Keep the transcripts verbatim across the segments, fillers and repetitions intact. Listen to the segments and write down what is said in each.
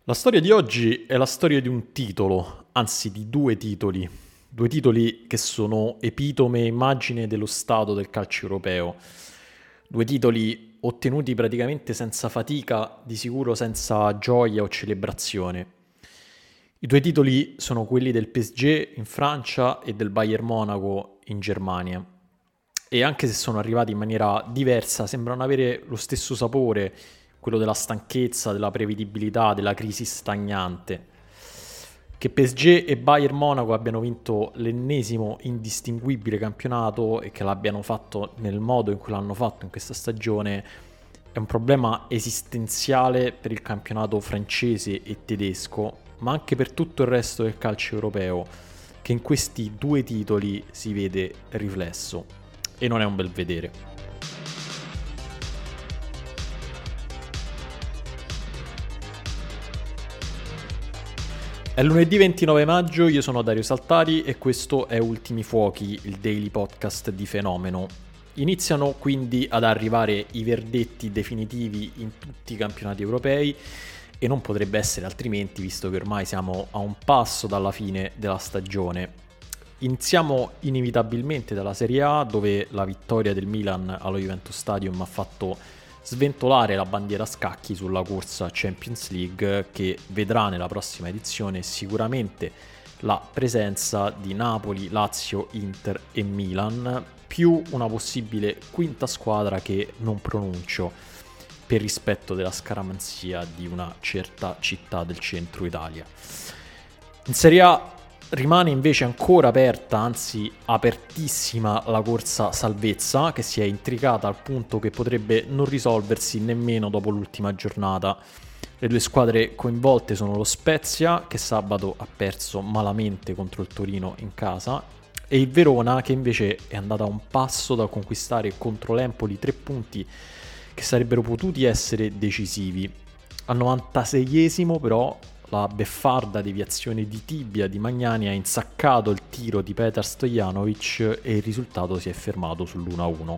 La storia di oggi è la storia di un titolo, anzi di due titoli, due titoli che sono epitome e immagine dello stato del calcio europeo, due titoli ottenuti praticamente senza fatica, di sicuro senza gioia o celebrazione. I due titoli sono quelli del P S G in Francia e del Bayern Monaco in Germania. E anche se sono arrivati in maniera diversa, sembrano avere lo stesso sapore, quello della stanchezza, della prevedibilità, della crisi stagnante. Che P S G e Bayern Monaco abbiano vinto l'ennesimo indistinguibile campionato e che l'abbiano fatto nel modo in cui l'hanno fatto in questa stagione è un problema esistenziale per il campionato francese e tedesco, ma anche per tutto il resto del calcio europeo, che in questi due titoli si vede riflesso. E non è un bel vedere. È lunedì ventinove maggio, io sono Dario Saltari e questo è Ultimi Fuochi, il daily podcast di Fenomeno. Iniziano quindi ad arrivare i verdetti definitivi in tutti i campionati europei e non potrebbe essere altrimenti, visto che ormai siamo a un passo dalla fine della stagione. Iniziamo inevitabilmente dalla Serie A, dove la vittoria del Milan allo Juventus Stadium ha fatto sventolare la bandiera a scacchi sulla corsa Champions League, che vedrà nella prossima edizione sicuramente la presenza di Napoli, Lazio, Inter e Milan, più una possibile quinta squadra che non pronuncio per rispetto della scaramanzia di una certa città del centro Italia. In Serie A rimane invece ancora aperta, anzi apertissima, la corsa salvezza, che si è intricata al punto che potrebbe non risolversi nemmeno dopo l'ultima giornata. Le due squadre coinvolte sono lo Spezia, che sabato ha perso malamente contro il Torino in casa, e il Verona, che invece è andata a un passo da conquistare contro l'Empoli tre punti che sarebbero potuti essere decisivi. Al novantaseiesimo però la beffarda deviazione di tibia di Magnani ha insaccato il tiro di Petar Stojanovic e il risultato si è fermato sull'uno a uno.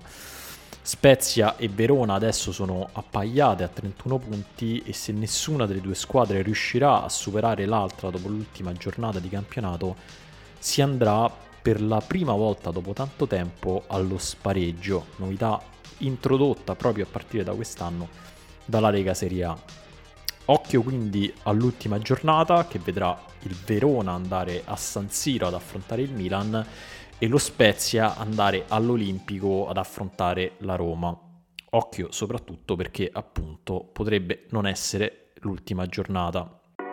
Spezia e Verona adesso sono appaiate a trentuno punti e se nessuna delle due squadre riuscirà a superare l'altra dopo l'ultima giornata di campionato, si andrà per la prima volta dopo tanto tempo allo spareggio, novità introdotta proprio a partire da quest'anno dalla Lega Serie A. Occhio quindi all'ultima giornata, che vedrà il Verona andare a San Siro ad affrontare il Milan e lo Spezia andare all'Olimpico ad affrontare la Roma. Occhio soprattutto perché appunto potrebbe non essere l'ultima giornata.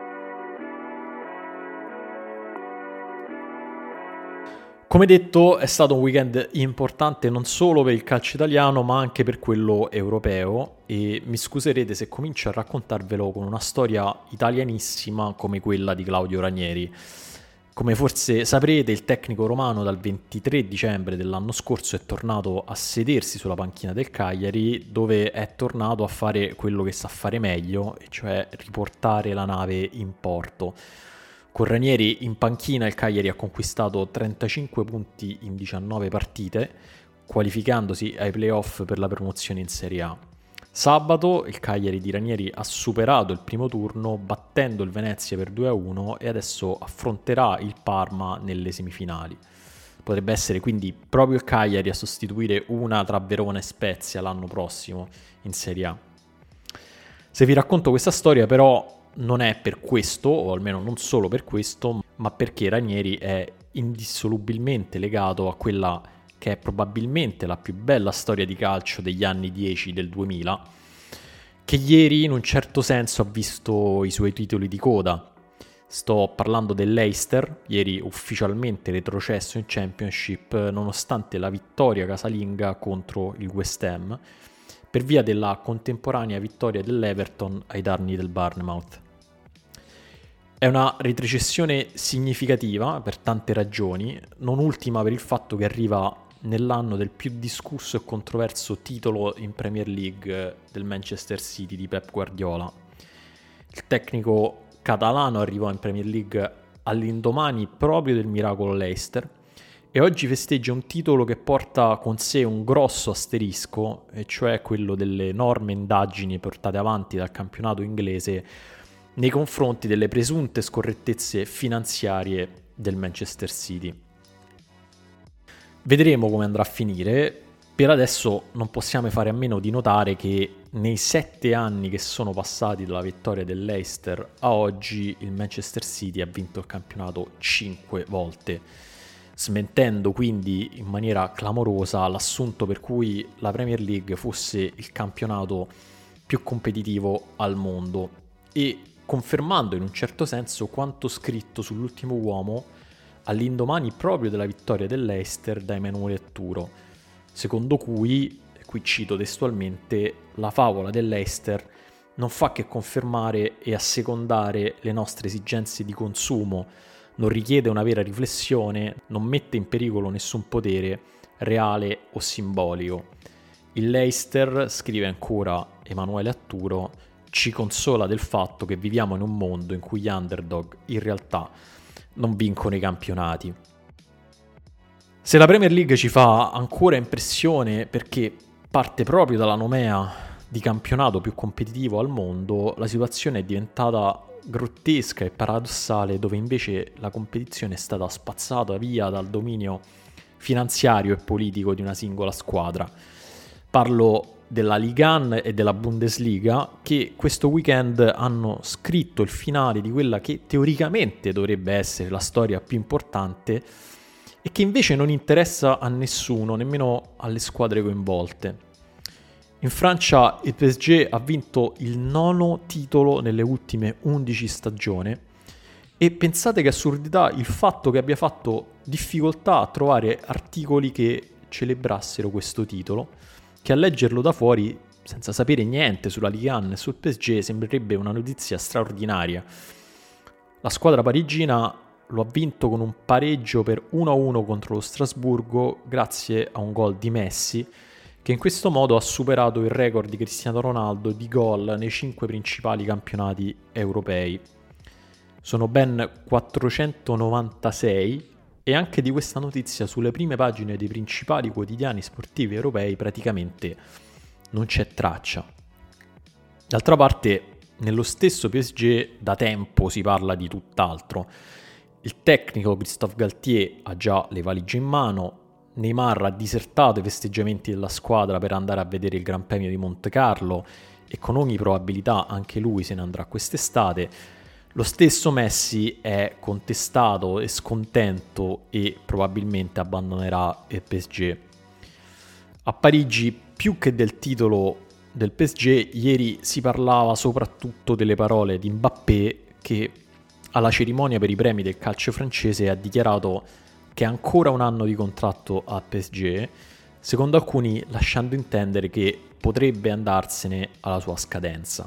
Come detto, è stato un weekend importante non solo per il calcio italiano ma anche per quello europeo e mi scuserete se comincio a raccontarvelo con una storia italianissima come quella di Claudio Ranieri. Come forse saprete, il tecnico romano dal ventitré dicembre dell'anno scorso è tornato a sedersi sulla panchina del Cagliari, dove è tornato a fare quello che sa fare meglio, e cioè riportare la nave in porto. Con Ranieri in panchina il Cagliari ha conquistato trentacinque punti in diciannove partite, qualificandosi ai playoff per la promozione in Serie A. Sabato il Cagliari di Ranieri ha superato il primo turno battendo il Venezia per due a uno e adesso affronterà il Parma nelle semifinali. Potrebbe essere quindi proprio il Cagliari a sostituire una tra Verona e Spezia l'anno prossimo in Serie A. Se vi racconto questa storia però non è per questo, o almeno non solo per questo, ma perché Ranieri è indissolubilmente legato a quella che è probabilmente la più bella storia di calcio degli anni dieci del duemila, che ieri in un certo senso ha visto i suoi titoli di coda. Sto parlando dell'Leicester, ieri ufficialmente retrocesso in Championship nonostante la vittoria casalinga contro il West Ham, per via della contemporanea vittoria dell'Everton ai danni del Bournemouth. È una retrocessione significativa per tante ragioni, non ultima per il fatto che arriva nell'anno del più discusso e controverso titolo in Premier League del Manchester City di Pep Guardiola. Il tecnico catalano arrivò in Premier League all'indomani proprio del miracolo Leicester e oggi festeggia un titolo che porta con sé un grosso asterisco, e cioè quello delle enormi indagini portate avanti dal campionato inglese nei confronti delle presunte scorrettezze finanziarie del Manchester City. Vedremo come andrà a finire. Per adesso non possiamo fare a meno di notare che nei sette anni che sono passati dalla vittoria del Leicester a oggi il Manchester City ha vinto il campionato cinque volte, smentendo quindi in maniera clamorosa l'assunto per cui la Premier League fosse il campionato più competitivo al mondo e confermando in un certo senso quanto scritto sull'ultimo uomo all'indomani proprio della vittoria del Leicester da Emanuele Atturo, secondo cui, e qui cito testualmente, la favola del Leicester non fa che confermare e assecondare le nostre esigenze di consumo, non richiede una vera riflessione, non mette in pericolo nessun potere reale o simbolico. Il Leicester, scrive ancora Emanuele Atturo, ci consola del fatto che viviamo in un mondo in cui gli underdog in realtà non vincono i campionati. Se la Premier League ci fa ancora impressione perché parte proprio dalla nomea di campionato più competitivo al mondo, la situazione è diventata grottesca e paradossale, dove invece la competizione è stata spazzata via dal dominio finanziario e politico di una singola squadra. Parlo della Ligue uno e della Bundesliga, che questo weekend hanno scritto il finale di quella che teoricamente dovrebbe essere la storia più importante e che invece non interessa a nessuno, nemmeno alle squadre coinvolte. In Francia il P S G ha vinto il nono titolo nelle ultime undici stagioni e pensate che assurdità il fatto che abbia fatto difficoltà a trovare articoli che celebrassero questo titolo, che a leggerlo da fuori, senza sapere niente sulla Ligue uno e sul P S G, sembrerebbe una notizia straordinaria. La squadra parigina lo ha vinto con un pareggio per uno a uno contro lo Strasburgo grazie a un gol di Messi, che in questo modo ha superato il record di Cristiano Ronaldo di gol nei cinque principali campionati europei. Sono ben quattrocentonovantasei e anche di questa notizia sulle prime pagine dei principali quotidiani sportivi europei praticamente non c'è traccia. D'altra parte, nello stesso P S G da tempo si parla di tutt'altro. Il tecnico Christophe Galtier ha già le valigie in mano, Neymar ha disertato i festeggiamenti della squadra per andare a vedere il Gran Premio di Monte Carlo e con ogni probabilità anche lui se ne andrà quest'estate. Lo stesso Messi è contestato e scontento e probabilmente abbandonerà il P S G. A Parigi, più che del titolo del P S G, ieri si parlava soprattutto delle parole di Mbappé, che alla cerimonia per i premi del calcio francese ha dichiarato che ha ancora un anno di contratto a P S G, secondo alcuni lasciando intendere che potrebbe andarsene alla sua scadenza.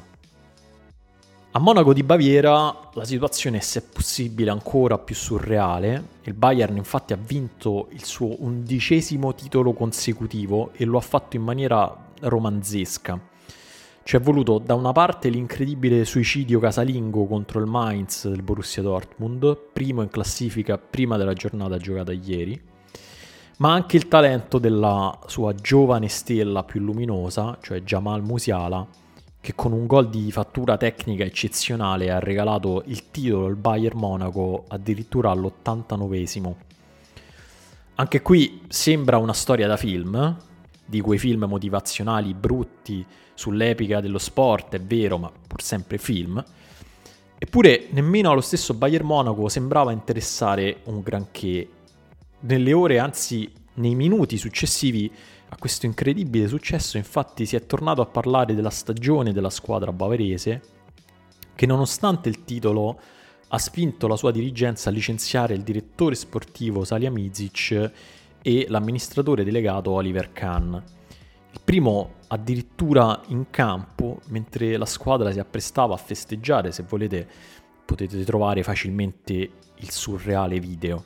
A Monaco di Baviera la situazione è, se possibile, ancora più surreale. Il Bayern infatti ha vinto il suo undicesimo titolo consecutivo e lo ha fatto in maniera romanzesca. Ci è voluto da una parte l'incredibile suicidio casalingo contro il Mainz del Borussia Dortmund, primo in classifica prima della giornata giocata ieri, ma anche il talento della sua giovane stella più luminosa, cioè Jamal Musiala, che con un gol di fattura tecnica eccezionale ha regalato il titolo al Bayern Monaco addirittura all'ottantanovesimo. Anche qui sembra una storia da film, di quei film motivazionali brutti sull'epica dello sport, è vero, ma pur sempre film. Eppure nemmeno allo stesso Bayern Monaco sembrava interessare un granché. Nelle ore, anzi nei minuti successivi a questo incredibile successo, infatti, si è tornato a parlare della stagione della squadra bavarese, che nonostante il titolo ha spinto la sua dirigenza a licenziare il direttore sportivo Salihamidzic e l'amministratore delegato Oliver Kahn. Il primo addirittura in campo, mentre la squadra si apprestava a festeggiare. Se volete potete trovare facilmente il surreale video.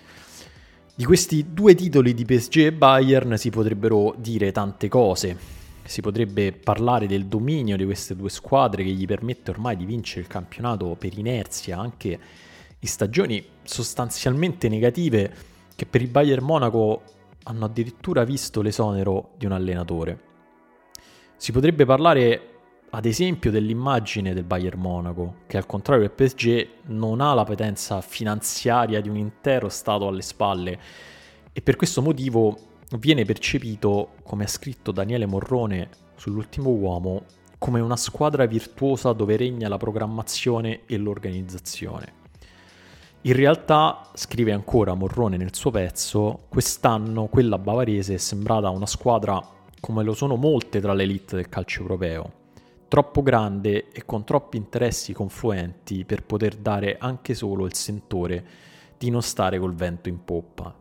Di questi due titoli di P S G e Bayern si potrebbero dire tante cose. Si potrebbe parlare del dominio di queste due squadre che gli permette ormai di vincere il campionato per inerzia, anche in stagioni sostanzialmente negative che per il Bayern Monaco hanno addirittura visto l'esonero di un allenatore. Si potrebbe parlare ad esempio dell'immagine del Bayern Monaco, che al contrario del P S G non ha la potenza finanziaria di un intero stato alle spalle e per questo motivo viene percepito, come ha scritto Daniele Morrone sull'Ultimo Uomo, come una squadra virtuosa dove regna la programmazione e l'organizzazione. In realtà, scrive ancora Morrone nel suo pezzo, quest'anno quella bavarese è sembrata una squadra come lo sono molte tra le elite del calcio europeo, troppo grande e con troppi interessi confluenti per poter dare anche solo il sentore di non stare col vento in poppa.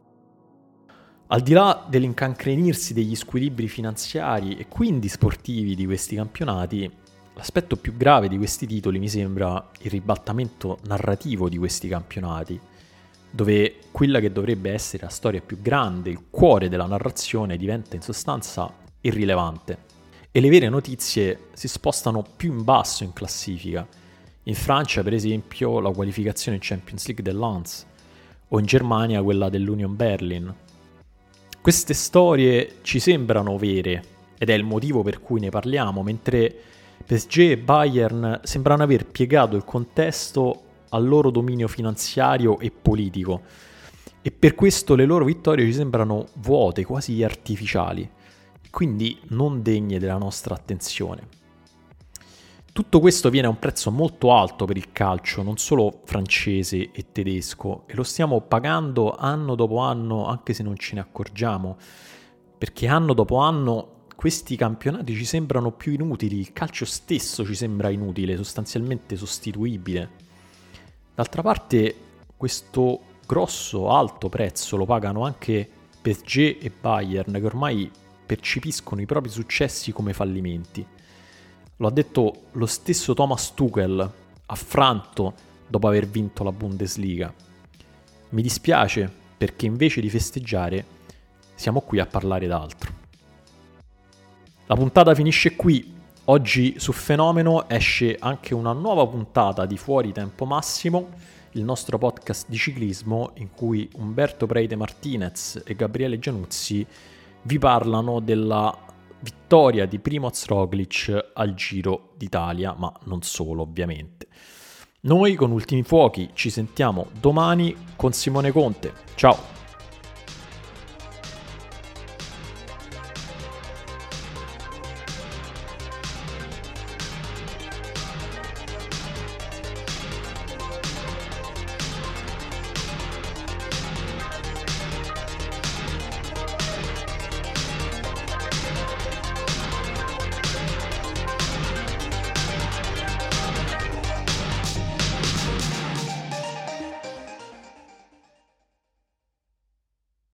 Al di là dell'incancrenirsi degli squilibri finanziari e quindi sportivi di questi campionati, l'aspetto più grave di questi titoli mi sembra il ribaltamento narrativo di questi campionati, dove quella che dovrebbe essere la storia più grande, il cuore della narrazione, diventa in sostanza irrilevante e le vere notizie si spostano più in basso in classifica. In Francia, per esempio, la qualificazione in Champions League del Lens, o in Germania quella dell'Union Berlin. Queste storie ci sembrano vere ed è il motivo per cui ne parliamo, mentre P S G e Bayern sembrano aver piegato il contesto al loro dominio finanziario e politico e per questo le loro vittorie ci sembrano vuote, quasi artificiali, quindi non degne della nostra attenzione. Tutto questo viene a un prezzo molto alto per il calcio, non solo francese e tedesco, e lo stiamo pagando anno dopo anno, anche se non ce ne accorgiamo, perché anno dopo anno questi campionati ci sembrano più inutili, il calcio stesso ci sembra inutile, sostanzialmente sostituibile. D'altra parte, questo grosso, alto prezzo lo pagano anche P S G e Bayern, che ormai percepiscono i propri successi come fallimenti. Lo ha detto lo stesso Thomas Tuchel, affranto dopo aver vinto la Bundesliga. Mi dispiace perché invece di festeggiare siamo qui a parlare d'altro. La puntata finisce qui. Oggi su Fenomeno esce anche una nuova puntata di Fuori Tempo Massimo, il nostro podcast di ciclismo in cui Umberto Preite Martinez e Gabriele Gianuzzi vi parlano della vittoria di Primož Roglič al Giro d'Italia, ma non solo ovviamente. Noi con Ultimi Fuochi ci sentiamo domani con Simone Conte. Ciao!